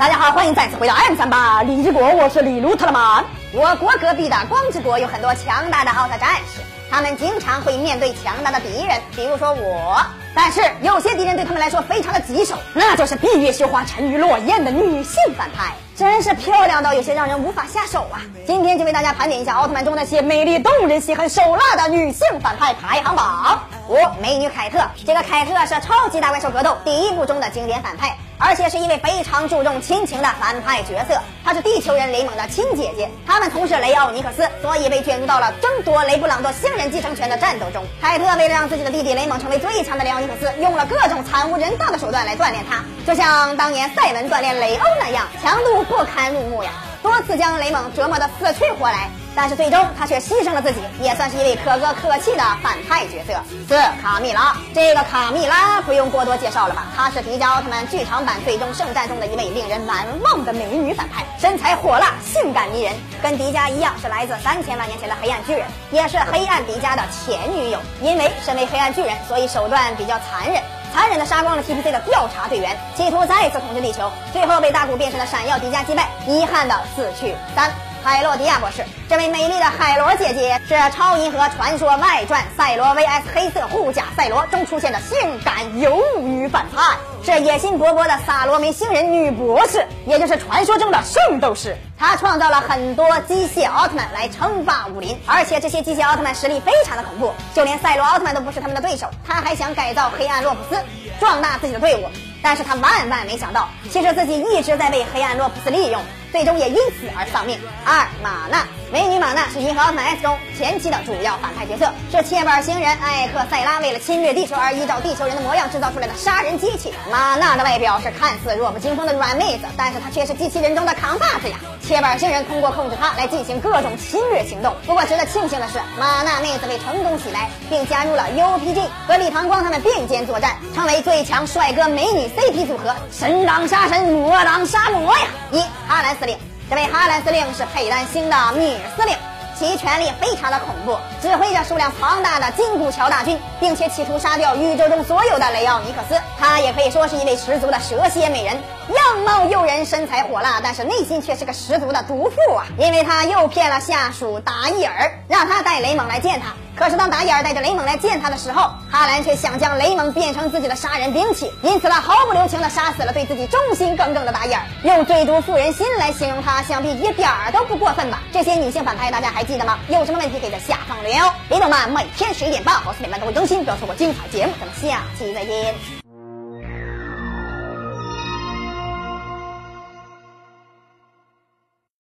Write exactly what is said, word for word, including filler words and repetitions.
大家好，欢迎再次回到 M 三八李之国，我是李卢特勒曼。我国隔壁的光之国有很多强大的奥特战士，他们经常会面对强大的敌人，比如说我。但是有些敌人对他们来说非常的棘手，那就是闭月羞花沉鱼落雁的女性反派，真是漂亮到有些让人无法下手啊！今天就为大家盘点一下奥特曼中那些美丽动人、心狠手辣的女性反派排行榜。五、美女凯特。这个凯特是超级大怪兽格斗第一部中的经典反派，而且是一位非常注重亲情的反派角色。她是地球人雷蒙的亲姐姐，他们同是雷奥尼克斯，所以被卷入到了争夺雷布朗多星人继承权的战斗中。凯特为了让自己的弟弟雷蒙成为最强的雷奥尼克斯，用了各种惨无人道的手段来锻炼他，就像当年赛文锻炼雷欧那样，强度不堪入目呀，多次将雷蒙折磨得死去活来。但是最终他却牺牲了自己，也算是一位可歌可泣的反派角色。四、卡蜜拉。这个卡蜜拉不用过多介绍了吧，她是迪迦奥特曼剧场版最终圣战中的一位令人难忘的美女反派，身材火辣，性感迷人，跟迪迦一样是来自三千万年前的黑暗巨人，也是黑暗迪迦的前女友。因为身为黑暗巨人，所以手段比较残忍，残忍地杀光了 T P C 的调查队员，企图再次统治地球，最后被大古变身的闪耀迪迦击败，遗憾的死去。三、海洛迪亚博士。这位美丽的海螺姐姐是《超银河传说外传：赛罗 V S 黑色护甲赛罗》中出现的性感尤物女反派，是野心勃勃的萨罗梅星人女博士，也就是传说中的圣斗士。她创造了很多机械奥特曼来称霸武林，而且这些机械奥特曼实力非常的恐怖，就连赛罗奥特曼都不是他们的对手。她还想改造黑暗洛普斯，壮大自己的队伍，但是她万万没想到，其实自己一直在被黑暗洛普斯利用，最终也因此而丧命。二、玛娜。美女玛娜是银河奥特曼 S 中前期的主要反派角色，是切板星人艾克塞拉为了侵略地球而依照地球人的模样制造出来的杀人机器。玛娜的外表是看似弱不禁风的软妹子，但是她却是机器人中的扛把子呀！切板星人通过控制她来进行各种侵略行动。不过值得庆幸的是，玛娜妹子被成功洗白，并加入了 U P G， 和李唐光他们并肩作战，成为最强帅哥美女 C P 组合，神挡杀神，魔挡杀魔呀！一、哈兰司令。这位哈兰司令是佩丹星的米尔司令，其权力非常的恐怖，指挥着数量庞大的金古桥大军，并且企图杀掉宇宙中所有的雷奥尼克斯。他也可以说是一位十足的蛇蝎美人，样貌诱人，身材火辣，但是内心却是个十足的毒妇啊！因为他诱骗了下属达伊尔，让他带雷蒙来见他。可是当达伊尔带着雷蒙来见他的时候，哈兰却想将雷蒙变成自己的杀人兵器，因此他毫不留情地杀死了对自己忠心耿耿的达伊尔。用最毒妇人心来形容他，想必一点儿都不过分吧？这些女性反派大家还记得吗？有什么问题可以在下方留言哦。李动漫每天十一点半和四点半都会更新，不要错过精彩节目。咱们下期再见。